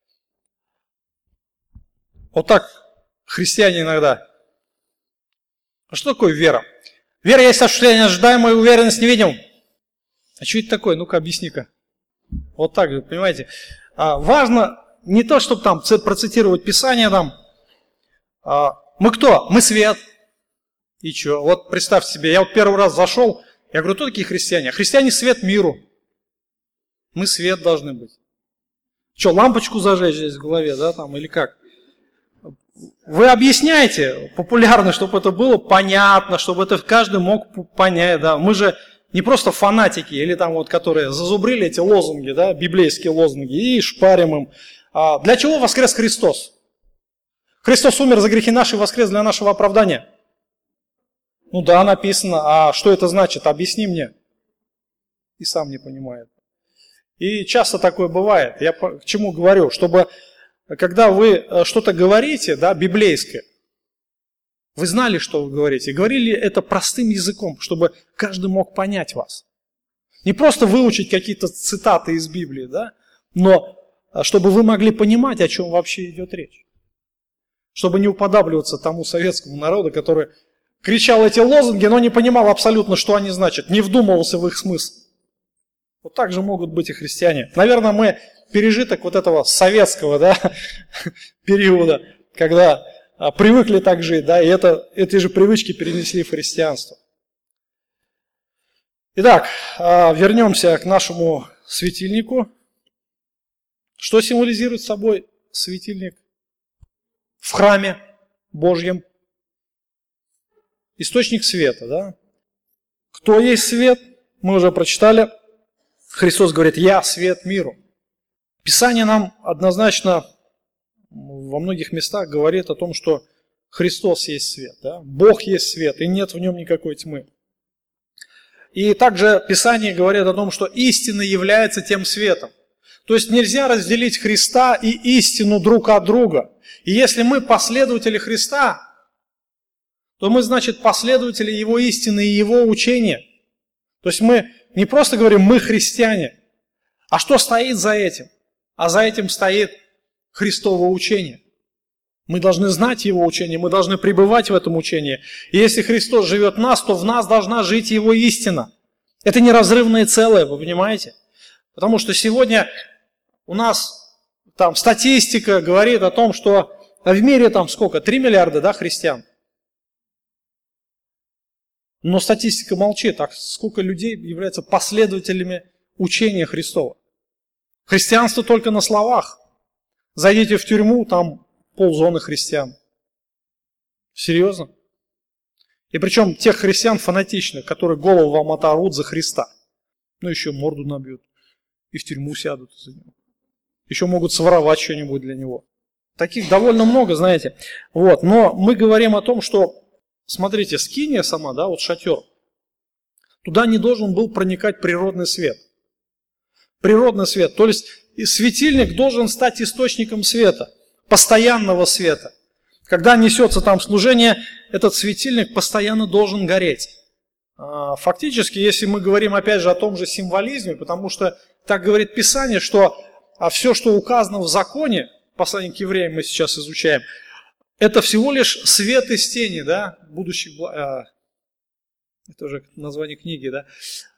Вот так христиане иногда. А что такое вера? Вера есть осуществление ожидаемой, уверенность не видим. А что это такое? Ну-ка, объясни-ка. Вот так же, понимаете. А, важно не то, чтобы там процитировать Писание там. А, мы кто? Мы свет. И что? Вот представьте себе, я вот первый раз зашел, я говорю, кто такие христиане? Христиане свет миру. Мы свет должны быть. Что, лампочку зажечь здесь в голове, да, там, или как? Вы объясняете популярно, чтобы это было понятно, чтобы это каждый мог понять, да. Мы же не просто фанатики, или там вот, которые зазубрили эти лозунги, да, библейские лозунги, и шпарим им. А для чего воскрес Христос? Христос умер за грехи наши и воскрес для нашего оправдания. Ну да, написано, а что это значит? Объясни мне. И сам не понимает. И часто такое бывает. Я к чему говорю? Чтобы, когда вы что-то говорите, да, библейское, вы знали, что вы говорите, и говорили это простым языком, чтобы каждый мог понять вас. Не просто выучить какие-то цитаты из Библии, да, но чтобы вы могли понимать, о чем вообще идет речь. Чтобы не уподабливаться тому советскому народу, который кричал эти лозунги, но не понимал абсолютно, что они значат, не вдумывался в их смысл. Вот так же могут быть и христиане. Наверное, мы пережиток вот этого советского, да, периода, когда а, привыкли так жить, да, и это, эти же привычки перенесли в христианство. Итак, а, вернемся к нашему светильнику. Что символизирует собой светильник в храме Божьем? Источник света, да? Кто есть свет? Мы уже прочитали. Христос говорит, я свет миру. Писание нам однозначно во многих местах говорит о том, что Христос есть свет, да? Бог есть свет, и нет в нем никакой тьмы. И также Писание говорит о том, что истина является тем светом. То есть нельзя разделить Христа и истину друг от друга. И если мы последователи Христа, то мы, значит, последователи Его истины и Его учения. То есть мы не просто говорим «мы христиане», а что стоит за этим? А за этим стоит Христово учение. Мы должны знать Его учение, мы должны пребывать в этом учении. И если Христос живет в нас, то в нас должна жить Его истина. Это неразрывное целое, вы понимаете? Потому что сегодня у нас там статистика говорит о том, что в мире там сколько? три миллиарда, да, христиан. Но статистика молчит, а сколько людей являются последователями учения Христова. Христианство только на словах. Зайдите в тюрьму, там ползоны христиан. Серьезно? И причем тех христиан фанатичных, которые голову вам оторвут за Христа. Ну еще морду набьют. И в тюрьму сядут за него. Еще могут своровать что-нибудь для него. Таких довольно много, знаете. Вот. Но мы говорим о том, что смотрите, скиния сама, да, вот шатер, туда не должен был проникать природный свет. Природный свет, то есть светильник должен стать источником света, постоянного света. Когда несется там служение, этот светильник постоянно должен гореть. Фактически, если мы говорим опять же о том же символизме, потому что так говорит Писание, что все, что указано в законе, послание к евреям мы сейчас изучаем, это всего лишь свет из тени, да, будущих, это уже название книги, да,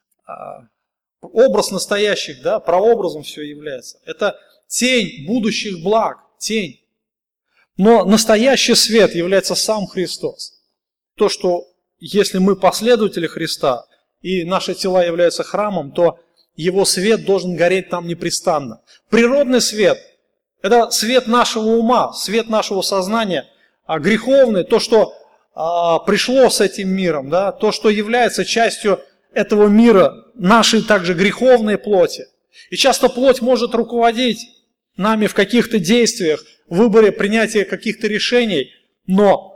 образ настоящих, да, прообразом все является. Это тень будущих благ, тень. Но настоящий свет является сам Христос. То, что если мы последователи Христа, и наши тела являются храмом, то Его свет должен гореть там непрестанно. Природный свет – это свет нашего ума, свет нашего сознания, а греховный – то, что а, пришло с этим миром, да, то, что является частью этого мира, нашей также греховной плоти. И часто плоть может руководить нами в каких-то действиях, в выборе принятия каких-то решений, но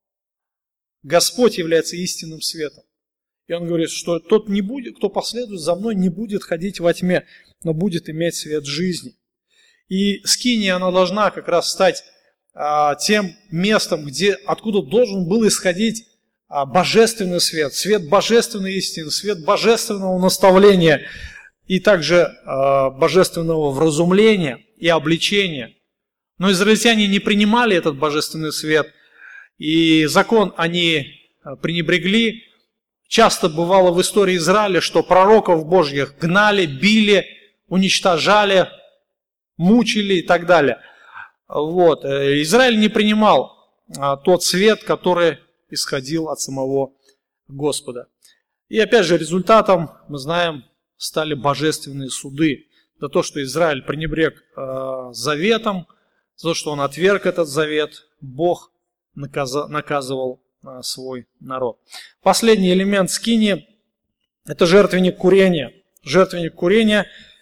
Господь является истинным светом. И Он говорит, что тот, не будет, кто последует за мной, не будет ходить во тьме, но будет иметь свет жизни. И скиния, она должна как раз стать а, тем местом, где, откуда должен был исходить а, божественный свет, свет божественной истины, свет божественного наставления и также а, божественного вразумления и обличения. Но израильтяне не принимали этот божественный свет, и закон они пренебрегли. Часто бывало в истории Израиля, что пророков Божьих гнали, били, уничтожали, мучили и так далее. Вот. Израиль не принимал тот свет, который исходил от самого Господа. И опять же результатом, мы знаем, стали божественные суды. За то, что Израиль пренебрег э, заветом, за то, что он отверг этот завет, Бог наказа, наказывал э, свой народ. Последний элемент скинии – это жертвенник курения. Жертвенник курения,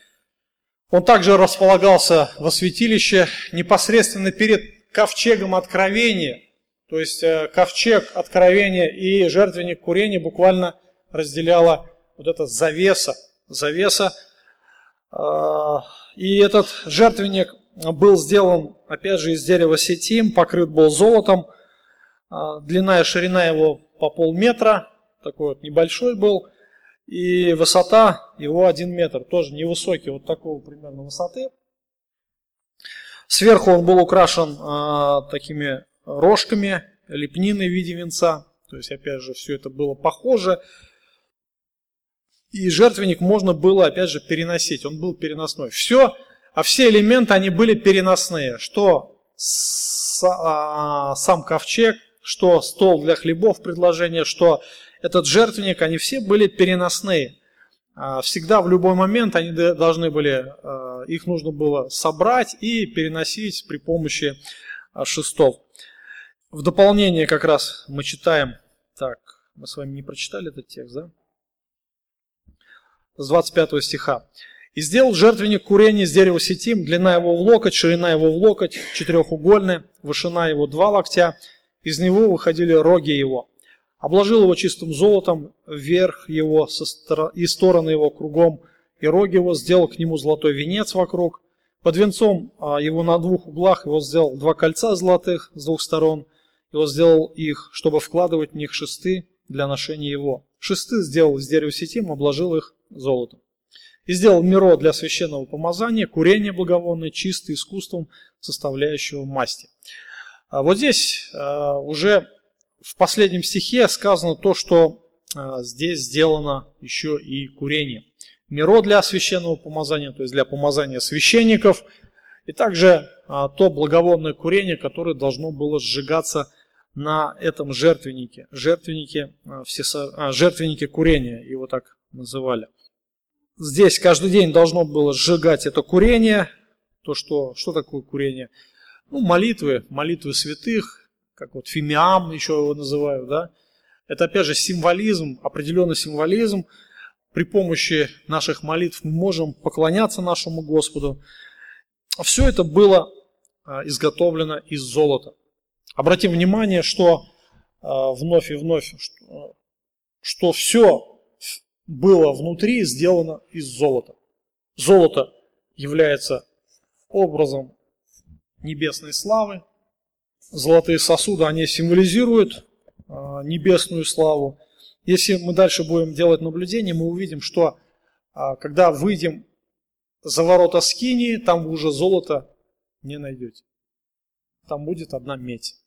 он также располагался во святилище непосредственно перед ковчегом откровения. То есть э, ковчег откровения и жертвенник курения буквально разделяла вот эта завеса. Завеса. И этот жертвенник был сделан, опять же, из дерева сетим, покрыт был золотом. Длина и ширина его по полметра, такой вот небольшой был. И высота его один метр, тоже невысокий, вот такого примерно высоты. Сверху он был украшен такими рожками, лепниной в виде венца. То есть, опять же, все это было похоже. И жертвенник можно было, опять же, переносить. Он был переносной. Все, а все элементы, они были переносные. Что сам ковчег, что стол для хлебов, предложение, что этот жертвенник, они все были переносные. Всегда, в любой момент, они должны были, их нужно было собрать и переносить при помощи шестов. В дополнение как раз мы читаем, так, мы с вами не прочитали этот текст, да? С двадцать пятого стиха. «И сделал жертвенник курения из дерева сетим, длина его в локоть, ширина его в локоть, четырехугольная, вышина его два локтя, из него выходили роги его. Обложил его чистым золотом, вверх его со стор... и стороны его кругом, и роги его, сделал к нему золотой венец вокруг. Под венцом его на двух углах его сделал два кольца золотых с двух сторон, его сделал их, чтобы вкладывать в них шесты для ношения его. Шесты сделал из дерева сетим, обложил их золотом. И сделал миро для священного помазания, курение благовонное, чистое искусством составляющего масти». А вот здесь а, уже в последнем стихе сказано то, что а, здесь сделано еще и курение. Миро для священного помазания, то есть для помазания священников, и также а, то благовонное курение, которое должно было сжигаться на этом жертвеннике. Жертвеннике, а, все, а, жертвеннике курения, его так называли. Здесь каждый день должно было сжигать это курение. То, что, что такое курение? Ну, молитвы, молитвы святых, как вот фимиам еще его называют, да. Это опять же символизм, определенный символизм. При помощи наших молитв мы можем поклоняться нашему Господу. Все это было изготовлено из золота. Обратим внимание, что вновь и вновь, что, что все было внутри сделано из золота. Золото является образом небесной славы. Золотые сосуды, они символизируют небесную славу. Если мы дальше будем делать наблюдение, мы увидим, что когда выйдем за ворота Скинии, там вы уже золото не найдете. Там будет одна медь.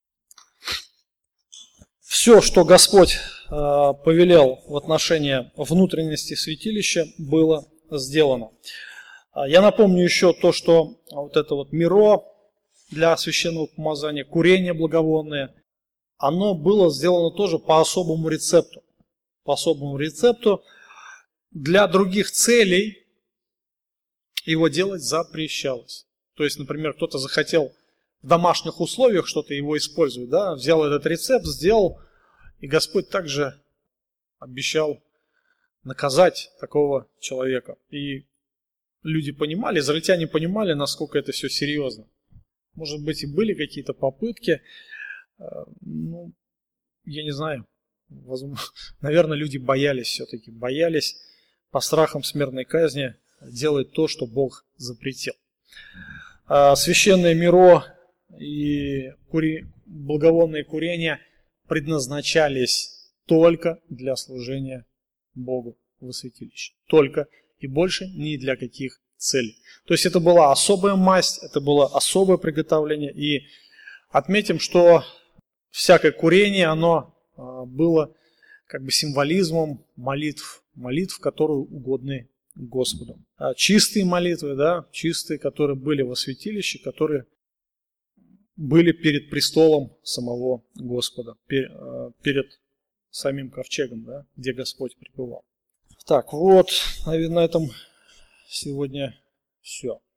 Все, что Господь повелел в отношении внутренности святилища, было сделано. Я напомню еще то, что вот это вот миро для священного помазания, курение благовонное, оно было сделано тоже по особому рецепту. По особому рецепту. Для других целей его делать запрещалось. То есть, например, кто-то захотел в домашних условиях что-то его использовать, да, взял этот рецепт, сделал, и Господь также обещал наказать такого человека. И люди понимали, израильтяне понимали, насколько это все серьезно. Может быть, и были какие-то попытки, ну, я не знаю, возможно, наверное, люди боялись все-таки, боялись по страхам смертной казни делать то, что Бог запретил. Священное миро и кури... благовонные курения предназначались только для служения Богу во святилище. Только и больше ни для каких целей. То есть это была особая масть, это было особое приготовление. И отметим, что всякое курение, оно было как бы символизмом молитв, молитв, которые угодны Господу. А чистые молитвы, да, чистые, которые были во святилище, которые были перед престолом самого Господа, перед самим ковчегом, да, где Господь пребывал. Так, вот, наверное, на этом сегодня все.